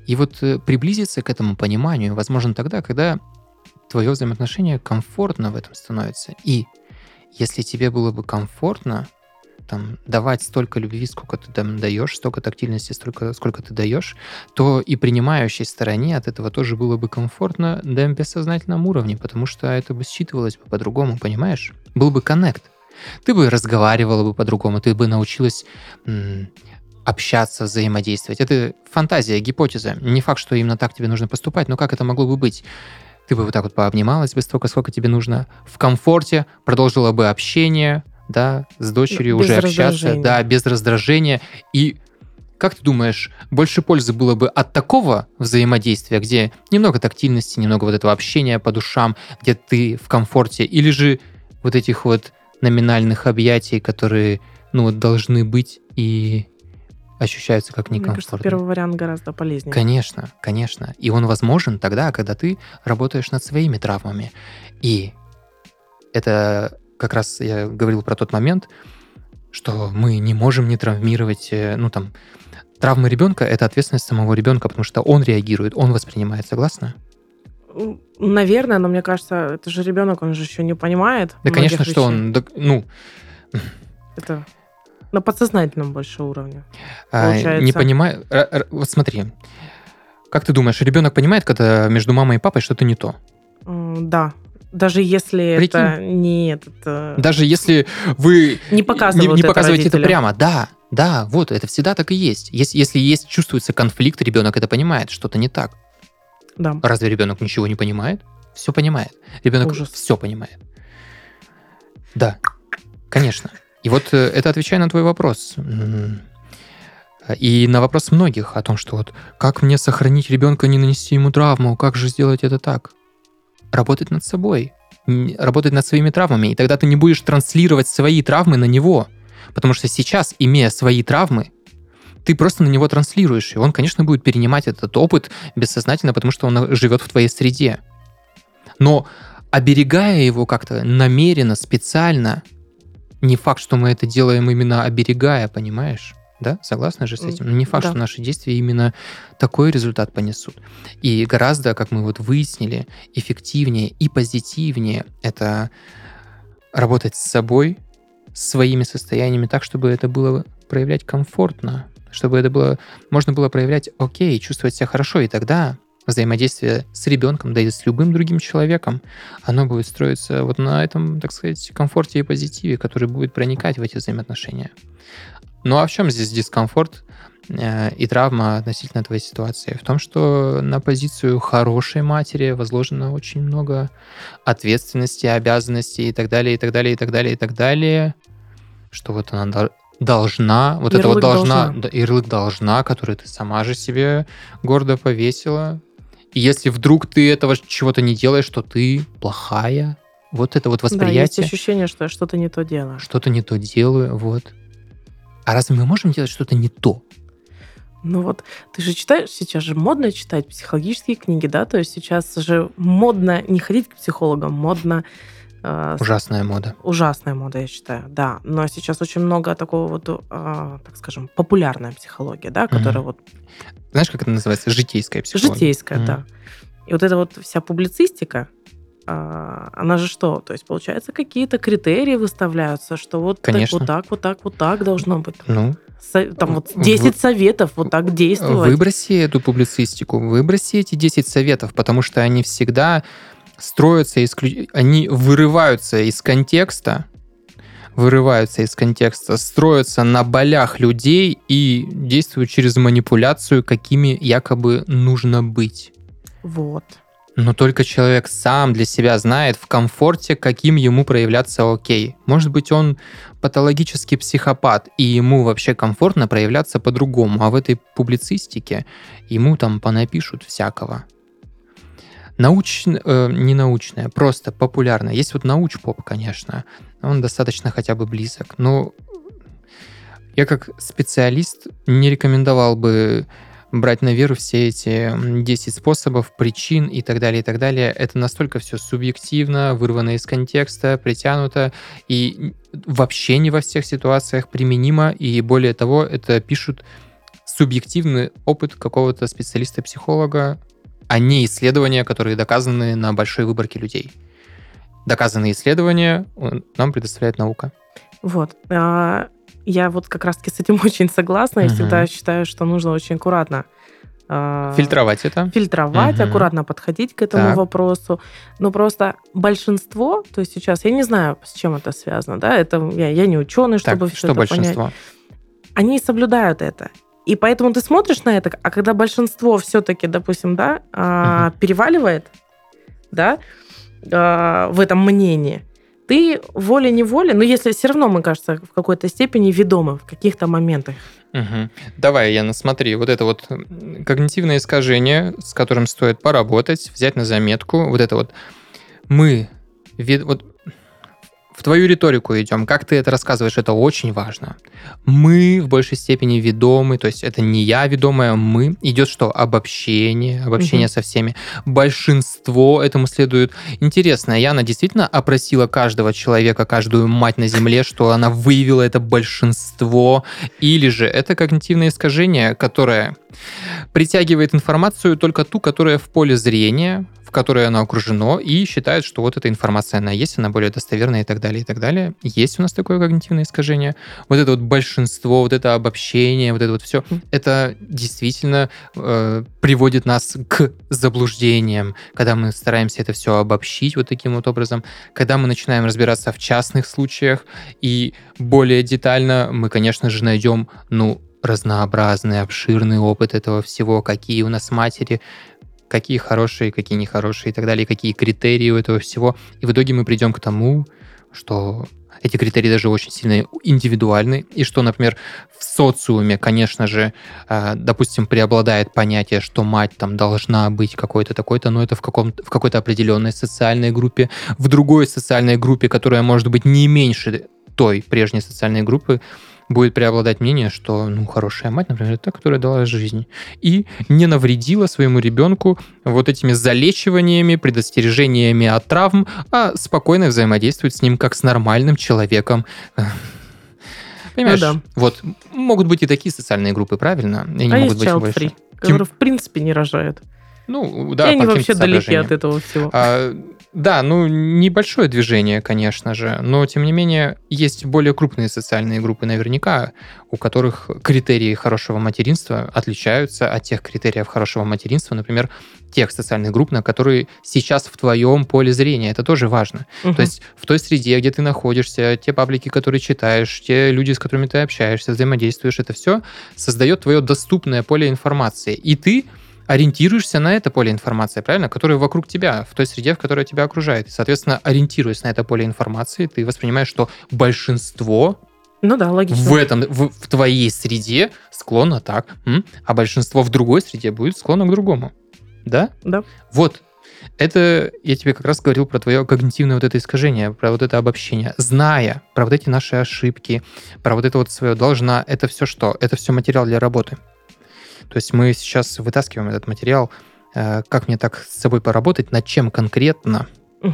И вот приблизиться к этому пониманию возможно тогда, когда твое взаимоотношение комфортно в этом становится. И если тебе было бы комфортно там, давать столько любви, сколько ты там даешь, столько тактильности, сколько ты даешь, то и принимающей стороне от этого тоже было бы комфортно на бессознательном уровне, потому что это бы считывалось бы по-другому, понимаешь? Был бы коннект. Ты бы разговаривала бы по-другому, ты бы научилась общаться, взаимодействовать. Это фантазия, гипотеза. Не факт, что именно так тебе нужно поступать, но как это могло бы быть? Ты бы вот так вот пообнималась бы столько, сколько тебе нужно, в комфорте, продолжила бы общение, да, с дочерью Без уже общаться, раздражения. да, без раздражения. И как ты думаешь, больше пользы было бы от такого взаимодействия, где немного тактильности, немного вот этого общения по душам, где ты в комфорте, или же вот этих вот номинальных объятий, которые, ну, вот должны быть и ощущаются как Мне кажется, некомфортно? первый вариант гораздо полезнее. Конечно, конечно. И он возможен тогда, когда ты работаешь над своими травмами. И это как раз я говорил про тот момент, что мы не можем не травмировать, ну там, травмы ребенка — это ответственность самого ребенка, потому что он реагирует, он воспринимает, согласна? Наверное, но мне кажется, это же ребенок, он же еще не понимает. Да, многих конечно, что вещей. он, ну, Это на подсознательном больше уровне. не Получается. понимает. Вот смотри, как ты думаешь, ребенок понимает, когда между мамой и папой что-то не то? Да. Даже если Прикинь. это не этот... Даже если вы Не показывают это показываете это родителям. прямо, да, вот, это всегда так и есть. Если есть, чувствуется конфликт, ребенок это понимает, что-то не так. Да. Разве ребенок ничего не понимает? Все понимает. Ребенок Ужас. все понимает. Да, конечно. И вот это отвечая на твой вопрос. И на вопрос многих о том, что вот как мне сохранить ребенка, не нанести ему травму, как же сделать это так? Работать над собой, работать над своими травмами, и тогда ты не будешь транслировать свои травмы на него. Потому что сейчас, имея свои травмы, ты просто на него транслируешь, и он, конечно, будет перенимать этот опыт бессознательно, потому что он живет в твоей среде. Но оберегая его как-то намеренно, специально, не факт, что мы это делаем именно оберегая, понимаешь? Да, согласна же с этим? Но не факт, Да. что наши действия именно такой результат понесут. И гораздо, как мы вот выяснили, эффективнее и позитивнее это работать с собой, с своими состояниями так, чтобы это было проявлять комфортно, чтобы это было, можно было проявлять окей, чувствовать себя хорошо, и тогда взаимодействие с ребенком, да и с любым другим человеком, оно будет строиться вот на этом, так сказать, комфорте и позитиве, который будет проникать в эти взаимоотношения. Ну а в чем здесь дискомфорт и травма относительно твоей ситуации? В том, что на позицию хорошей матери возложено очень много ответственности, обязанностей и так далее, и так далее, и так далее, и так далее, что вот она должна, вот это вот Ярлык должна, должна. да, ярлык должна, который ты сама же себе гордо повесила. И если вдруг ты этого чего-то не делаешь, то ты плохая. Вот это вот Да, есть восприятие. ощущение, что я что-то не то делаю. Что-то не то делаю, вот. А разве мы можем делать что-то не то? Ну вот, ты же читаешь, сейчас же модно читать психологические книги, да? То есть сейчас же модно не ходить к психологам, модно... Ужасная мода. Ужасная мода, я считаю, да. Но сейчас очень много такого вот, так скажем, популярная психология, да, которая вот... Знаешь, как это называется? Житейская психология. Житейская, да. И вот эта вот вся публицистика, она же что? То есть, получается, какие-то критерии выставляются, что вот так, Конечно. вот так должно быть. Ну, Там вот 10 советов вот так действовать. выброси эту публицистику, выброси эти 10 советов, потому что они всегда строятся, они вырываются из контекста, строятся на болях людей и действуют через манипуляцию, какими якобы нужно быть. Вот. Но только человек сам для себя знает в комфорте, каким ему проявляться окей. Может быть, он патологический психопат, и ему вообще комфортно проявляться по-другому, а в этой публицистике ему там понапишут всякого. Не научное, просто популярное. Есть вот науч-поп, конечно. Он достаточно хотя бы близок. Но я как специалист не рекомендовал бы брать на веру все эти 10 способов, причин и так далее, и так далее. Это настолько все субъективно, вырвано из контекста, притянуто, и вообще не во всех ситуациях применимо, и более того, это пишут субъективный опыт какого-то специалиста-психолога, а не исследования, которые доказаны на большой выборке людей. Доказанные исследования нам предоставляет наука. Вот. Я вот как раз-таки с этим очень согласна. Я всегда считаю, что нужно очень аккуратно фильтровать это. Фильтровать, аккуратно подходить к этому вопросу. Но просто большинство, то есть сейчас, я не знаю, с чем это связано, да, это я не ученый, чтобы все что это большинство? понять. Они соблюдают это. И поэтому ты смотришь на это, а когда большинство все-таки, допустим, да, переваливает, да, в этом мнении, ты волей-неволей, но если все равно, мне кажется, в какой-то степени ведомы в каких-то моментах. Давай, Яна, смотри, вот это вот когнитивное искажение, с которым стоит поработать, взять на заметку, вот это вот вот в твою риторику идем, как ты это рассказываешь, это очень важно. Мы в большей степени ведомы, то есть это не я ведомая, мы. Идет что? Обобщение со всеми. Большинство этому следует. Интересно, Яна действительно опросила каждого человека, каждую мать на земле, что она выявила это большинство, или же это когнитивное искажение, которое притягивает информацию только ту, которая в поле зрения, в которой оно окружено, и считает, что вот эта информация, она есть, она более достоверная и так далее, и так далее. Есть у нас такое когнитивное искажение. Вот это вот большинство, вот это обобщение, вот это вот все, это действительно приводит нас к заблуждениям, когда мы стараемся это все обобщить вот таким вот образом, когда мы начинаем разбираться в частных случаях, и более детально мы, конечно же, найдем, разнообразный, обширный опыт этого всего, какие у нас матери, какие хорошие, какие нехорошие и так далее, какие критерии у этого всего. И в итоге мы придем к тому, что эти критерии даже очень сильно индивидуальны, и что, например, в социуме, конечно же, допустим, преобладает понятие, что мать там должна быть какой-то такой-то, но это в какой-то определенной социальной группе, в другой социальной группе, которая может быть не меньше той прежней социальной группы, будет преобладать мнение, что, хорошая мать, например, это та, которая дала жизнь и не навредила своему ребенку вот этими залечиваниями, предостережениями от травм, а спокойно взаимодействует с ним как с нормальным человеком. Понимаешь? Да. Вот могут быть и такие социальные группы, правильно? И они могут есть быть child free, которые в принципе не рожают. Да, и они по вообще каким-то далеки соображениям. от этого всего. Да, небольшое движение, конечно же, но, тем не менее, есть более крупные социальные группы наверняка, у которых критерии хорошего материнства отличаются от тех критериев хорошего материнства, например, тех социальных групп, на которые сейчас в твоем поле зрения. Это тоже важно. То есть в той среде, где ты находишься, те паблики, которые читаешь, те люди, с которыми ты общаешься, взаимодействуешь, это все создает твое доступное поле информации. И ты ориентируешься на это поле информации, правильно, которое вокруг тебя, в той среде, в которой тебя окружает. И, соответственно, ориентируясь на это поле информации, ты воспринимаешь, что большинство логично. в твоей среде склонно так, а большинство в другой среде будет склонно к другому. Да? Да. Вот. Это я тебе как раз говорил про твое когнитивное вот это искажение, про вот это обобщение. Зная про вот эти наши ошибки, про вот это вот свое должна, это все что? Это все материал для работы. То есть мы сейчас вытаскиваем этот материал, как мне так с собой поработать, над чем конкретно,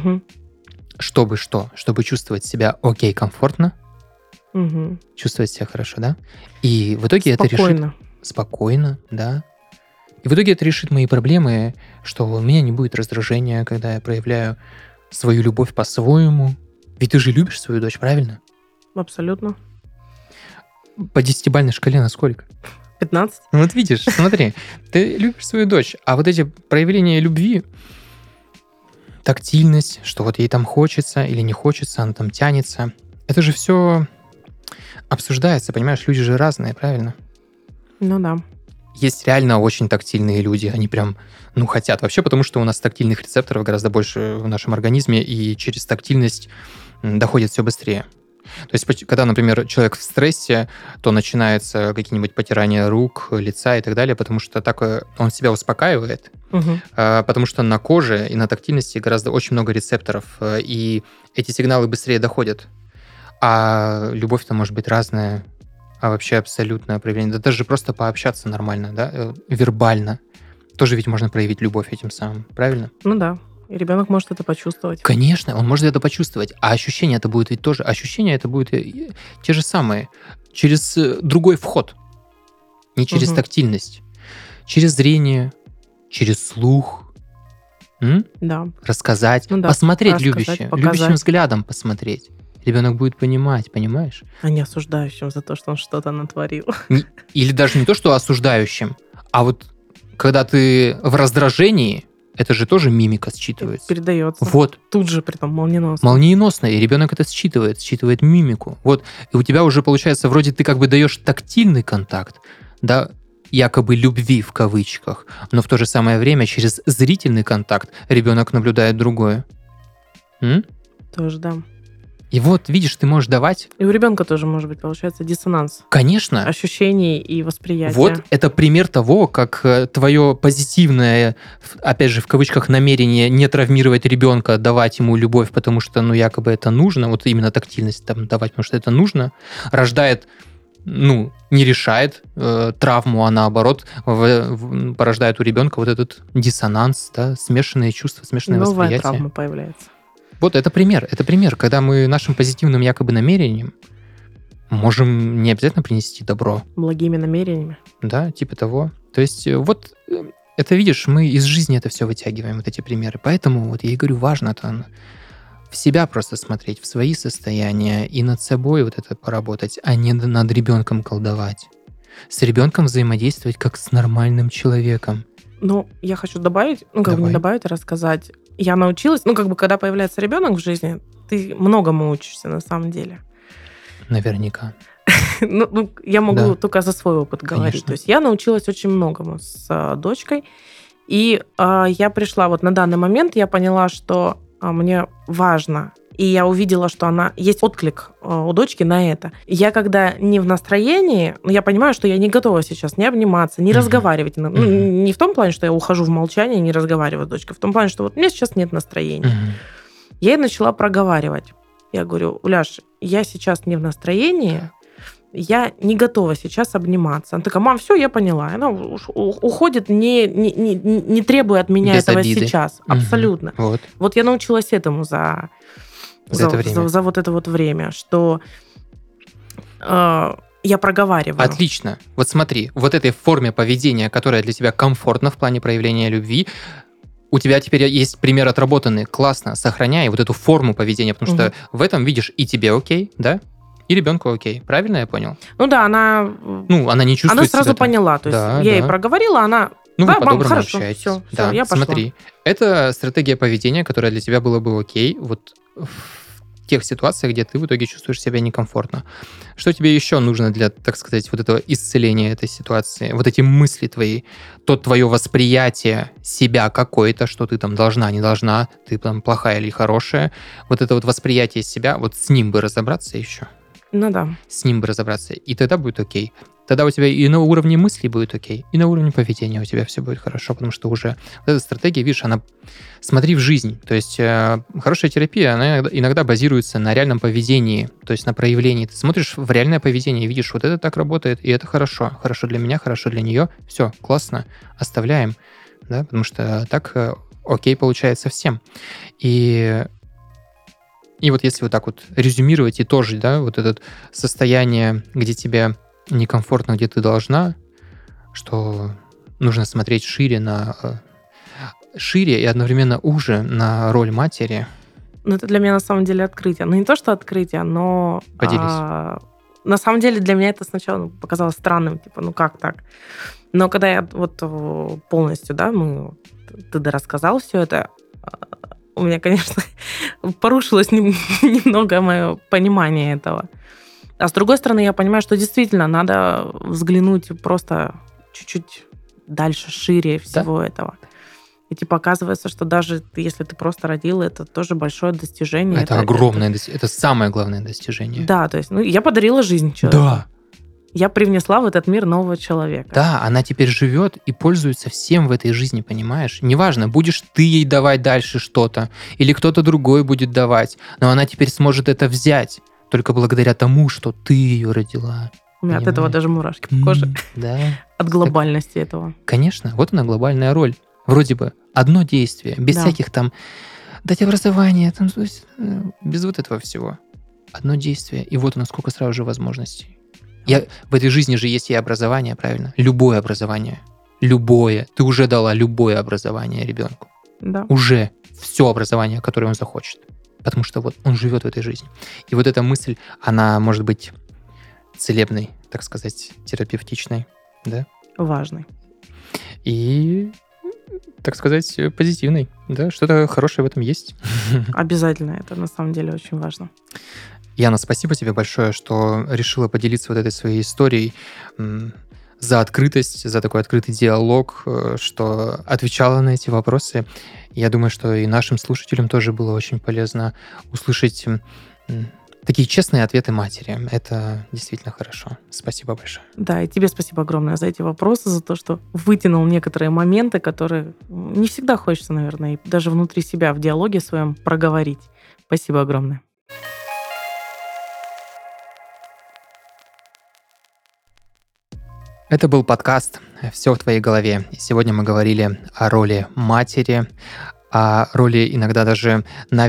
чтобы что? Чтобы чувствовать себя окей, комфортно, чувствовать себя хорошо, да? И в итоге это решит... Спокойно, да. И в итоге это решит мои проблемы, что у меня не будет раздражения, когда я проявляю свою любовь по-своему. Ведь ты же любишь свою дочь, правильно? Абсолютно. По 10-бальной шкале на сколько? 15. Вот видишь, смотри, ты любишь свою дочь, а вот эти проявления любви, тактильность, что вот ей там хочется или не хочется, она там тянется, это же все обсуждается, понимаешь, люди же разные, правильно? Да. Есть реально очень тактильные люди, они прям, хотят вообще, потому что у нас тактильных рецепторов гораздо больше в нашем организме, и через тактильность доходит все быстрее. То есть, когда, например, человек в стрессе, то начинается какие-нибудь потирания рук, лица и так далее, потому что так он себя успокаивает, потому что на коже и на тактильности гораздо очень много рецепторов, и эти сигналы быстрее доходят. А любовь-то может быть разная, а вообще абсолютное проявление. Да даже просто пообщаться нормально, да, вербально. Тоже ведь можно проявить любовь этим самым, правильно? Да. И ребенок может это почувствовать. Конечно, он может это почувствовать. А ощущения это будет ведь тоже... Ощущения это будут те же самые. Через другой вход. Не через тактильность. Через зрение, через слух. Да. Рассказать. Ну да, посмотреть рассказать, любящим. показать. Любящим взглядом посмотреть. Ребенок будет понимать, понимаешь? А не осуждающим за то, что он что-то натворил. Или даже не то, что осуждающим, а вот когда ты в раздражении, это же тоже мимика считывается. Передается. Вот. Тут же, притом, молниеносно. Молниеносно, и ребенок это считывает мимику. Вот, и у тебя уже получается, вроде ты как бы даешь тактильный контакт, да, якобы любви в кавычках, но в то же самое время через зрительный контакт ребенок наблюдает другое. Тоже, да. И вот, видишь, ты можешь давать... И у ребенка тоже может быть, получается, диссонанс Конечно. ощущений и восприятия. Вот это пример того, как твое позитивное, опять же, в кавычках, намерение не травмировать ребенка, давать ему любовь, потому что, ну, якобы это нужно, вот именно тактильность там давать, потому что это нужно, рождает, ну, не решает травму, а наоборот порождает у ребенка вот этот диссонанс, да, смешанные чувства, смешанное новая восприятие. травма появляется. Вот это пример, когда мы нашим позитивным якобы намерением можем не обязательно принести добро. Благими намерениями. Да, типа того. То есть вот это, видишь, мы из жизни это все вытягиваем, вот эти примеры. Поэтому вот я и говорю, важно в себя просто смотреть, в свои состояния и над собой вот это поработать, а не над ребенком колдовать. С ребенком взаимодействовать как с нормальным человеком. Ну, я хочу добавить, ну, как бы не добавить, а рассказать. Я научилась, ну, как бы, когда появляется ребенок в жизни, ты многому учишься на самом деле. Наверняка. Ну, я могу только за свой опыт говорить. Конечно. То есть я научилась очень многому с дочкой. И я пришла вот на данный момент, я поняла, что мне важно. И я увидела, что есть отклик у дочки на это. Я когда не в настроении, я понимаю, что я не готова сейчас не обниматься, не разговаривать. Ну, не в том плане, что я ухожу в молчание и не разговариваю с дочкой. В том плане, что вот у меня сейчас нет настроения. Я ей начала проговаривать. Я говорю, Уляш, я сейчас не в настроении, я не готова сейчас обниматься. Она такая, мам, все, я поняла. Она уходит, не требуя от меня без этого обиды. сейчас. Абсолютно. Вот я научилась этому за вот это вот время, что я проговариваю. Отлично. Вот смотри, вот этой форме поведения, которая для тебя комфортна в плане проявления любви, у тебя теперь есть пример отработанный. Классно, сохраняй вот эту форму поведения, потому что в этом, видишь, и тебе окей, да? И ребенку окей. Правильно я понял? Ну да, она не чувствует она сразу себя поняла. То есть я ей проговорила, она... Ну, да, вы мам, по-доброму хорошо, общаетесь. все, Да, я пошла. смотри, это стратегия поведения, которая для тебя была бы окей, вот в тех ситуациях, где ты в итоге чувствуешь себя некомфортно. Что тебе еще нужно для, так сказать, вот этого исцеления этой ситуации? Вот эти мысли твои, то твое восприятие себя какое-то, что ты там должна, не должна, ты там плохая или хорошая, вот это вот восприятие себя, вот с ним бы разобраться еще. Ну да. С ним бы разобраться, и тогда будет окей. Тогда у тебя и на уровне мыслей будет окей, и на уровне поведения у тебя все будет хорошо, потому что уже вот эта стратегия, видишь, она смотри в жизнь. То есть хорошая терапия, она иногда базируется на реальном поведении, то есть на проявлении. Ты смотришь в реальное поведение и видишь, вот это так работает, и это хорошо. Хорошо для меня, хорошо для нее. Все, классно, оставляем, да, потому что так окей получается всем. И вот если вот так вот резюмировать и тоже, да, вот это состояние, где тебе некомфортно, где ты должна, что нужно смотреть шире и одновременно уже на роль матери. Ну, это для меня на самом деле открытие. Ну, не то, что открытие, но... Поделись. На самом деле для меня это сначала показалось странным, типа, ну как так? Но когда я вот полностью, да, ты рассказал все это, у меня, конечно, порушилось немного мое понимание этого. А с другой стороны, я понимаю, что действительно надо взглянуть просто чуть-чуть дальше, шире всего этого. И типа оказывается, что даже если ты просто родил, это тоже большое достижение. Это огромное достижение. Это самое главное достижение. Да, то есть я подарила жизнь человеку. Да. Я привнесла в этот мир нового человека. Да, она теперь живет и пользуется всем в этой жизни, понимаешь? Неважно, будешь ты ей давать дальше что-то, или кто-то другой будет давать, но она теперь сможет это взять только благодаря тому, что ты ее родила. У меня от этого даже мурашки по коже. Да. От глобальности этого. Конечно, вот она глобальная роль. Вроде бы одно действие, без всяких там дать образование, там, без вот этого всего. Одно действие, и вот у нас сколько сразу же возможностей. В этой жизни же есть и образование, правильно? Любое образование. Любое. Ты уже дала любое образование ребенку. Да. Уже все образование, которое он захочет. Потому что вот он живет в этой жизни. И вот эта мысль, она может быть целебной, так сказать, терапевтичной, да? Важный. И, так сказать, позитивной, да? Что-то хорошее в этом есть. Обязательно. Это на самом деле очень важно. Яна, спасибо тебе большое, что решила поделиться вот этой своей историей, за открытость, за такой открытый диалог, что отвечала на эти вопросы. Я думаю, что и нашим слушателям тоже было очень полезно услышать такие честные ответы матери. Это действительно хорошо. Спасибо большое. Да, и тебе спасибо огромное за эти вопросы, за то, что вытянул некоторые моменты, которые не всегда хочется, наверное, и даже внутри себя в диалоге своем проговорить. Спасибо огромное. Это был подкаст «Все в твоей голове». И сегодня мы говорили о роли матери, о роли иногда даже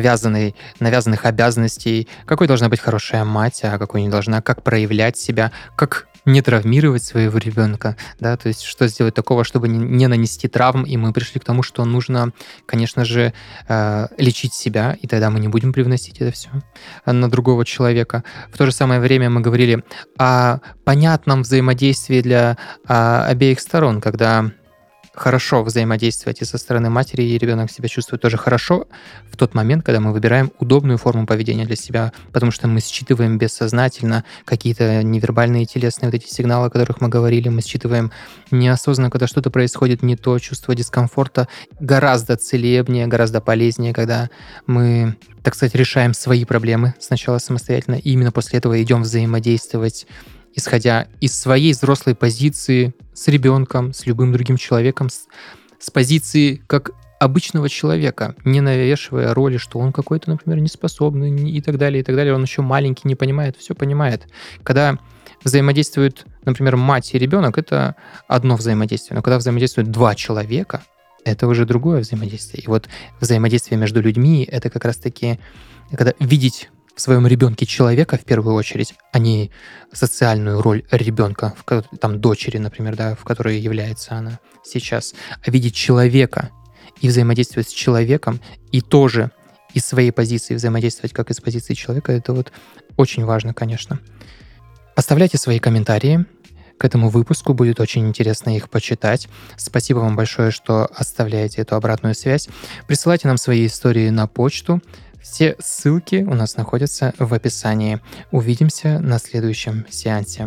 навязанных обязанностей, какой должна быть хорошая мать, а какой не должна, как проявлять себя, как не травмировать своего ребенка, да, то есть что сделать такого, чтобы не нанести травм, и мы пришли к тому, что нужно, конечно же, лечить себя, и тогда мы не будем привносить это все на другого человека. В то же самое время мы говорили о понятном взаимодействии для обеих сторон, когда хорошо взаимодействовать и со стороны матери, и ребенок себя чувствует тоже хорошо в тот момент, когда мы выбираем удобную форму поведения для себя, потому что мы считываем бессознательно какие-то невербальные телесные вот эти сигналы, о которых мы говорили, мы считываем неосознанно, когда что-то происходит не то, чувство дискомфорта гораздо целебнее, гораздо полезнее, когда мы, так сказать, решаем свои проблемы сначала самостоятельно, и именно после этого идем взаимодействовать, исходя из своей взрослой позиции с ребенком, с любым другим человеком, с позиции как обычного человека, не навешивая роли, что он какой-то, например, неспособный и так далее, и так далее. Он еще маленький, не понимает, все понимает. Когда взаимодействуют, например, мать и ребенок, это одно взаимодействие. Но когда взаимодействуют два человека, это уже другое взаимодействие. И вот взаимодействие между людьми — это как раз-таки, когда видеть в своем ребенке человека в первую очередь, а не социальную роль ребенка, там дочери, например, да, в которой является она сейчас, а видеть человека и взаимодействовать с человеком, и тоже из своей позиции взаимодействовать как из позиции человека, это вот очень важно, конечно. Оставляйте свои комментарии к этому выпуску, будет очень интересно их почитать. Спасибо вам большое, что оставляете эту обратную связь. Присылайте нам свои истории на почту. Все ссылки у нас находятся в описании. Увидимся на следующем сеансе.